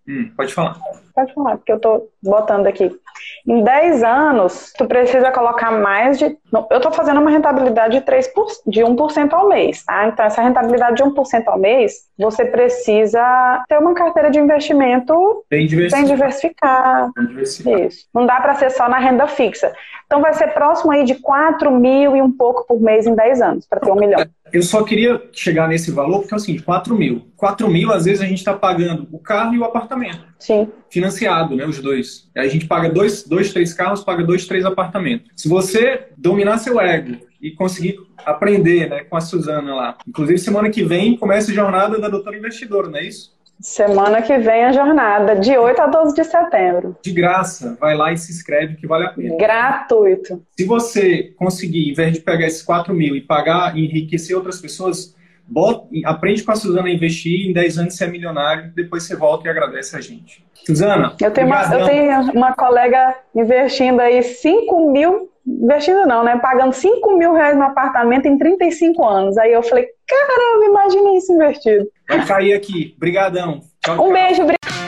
Hum, pode falar. Pode falar, porque eu tô botando aqui. Em dez anos, tu precisa colocar mais de... Eu tô fazendo uma rentabilidade de, três por cento, de um por cento ao mês, tá? Então, essa rentabilidade de um por cento ao mês, você precisa ter uma carteira de investimento bem diversificada. Bem diversificada. Bem diversificada. Isso. Não dá para ser só na renda fixa. Então, vai ser próximo aí de quatro mil e um pouco por mês em dez anos, para ter um milhão. Eu só queria chegar nesse valor porque é o seguinte, quatro mil. quatro mil, às vezes, a gente está pagando o carro e o apartamento. Sim. Financiado, né? Os dois. Aí a gente paga dois, dois, três carros, paga dois, três apartamentos. Se você dominar seu ego e conseguir aprender, né, com a Suzana lá. Inclusive, semana que vem começa a jornada da Doutora Investidora, não é isso? Semana que vem a jornada, de oito a doze de setembro. De graça, vai lá e se inscreve que vale a pena. Gratuito. Se você conseguir, em vez de pegar esses quatro mil e pagar e enriquecer outras pessoas, bota, aprende com a Suzana a investir, em dez anos você é milionário, depois você volta e agradece a gente. Suzana, eu tenho, uma, eu tenho uma colega investindo aí cinco mil, investindo não, né? Pagando cinco mil reais no apartamento em trinta e cinco anos. Aí eu falei, caramba, imagina isso investido. Vai cair aqui. Brigadão. Tchau, um tchau. beijo.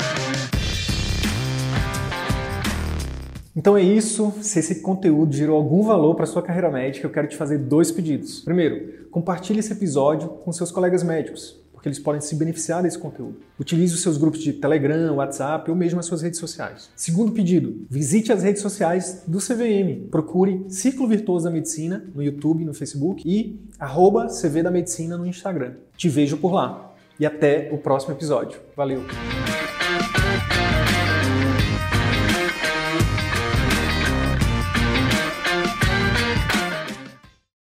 Então é isso. Se esse conteúdo gerou algum valor para sua carreira médica, eu quero te fazer dois pedidos. Primeiro, compartilhe esse episódio com seus colegas médicos, porque eles podem se beneficiar desse conteúdo. Utilize os seus grupos de Telegram, WhatsApp ou mesmo as suas redes sociais. Segundo pedido, visite as redes sociais do C V M. Procure Ciclo Virtuoso da Medicina no YouTube, no Facebook e arroba C V da Medicina no Instagram. Te vejo por lá. E até o próximo episódio. Valeu!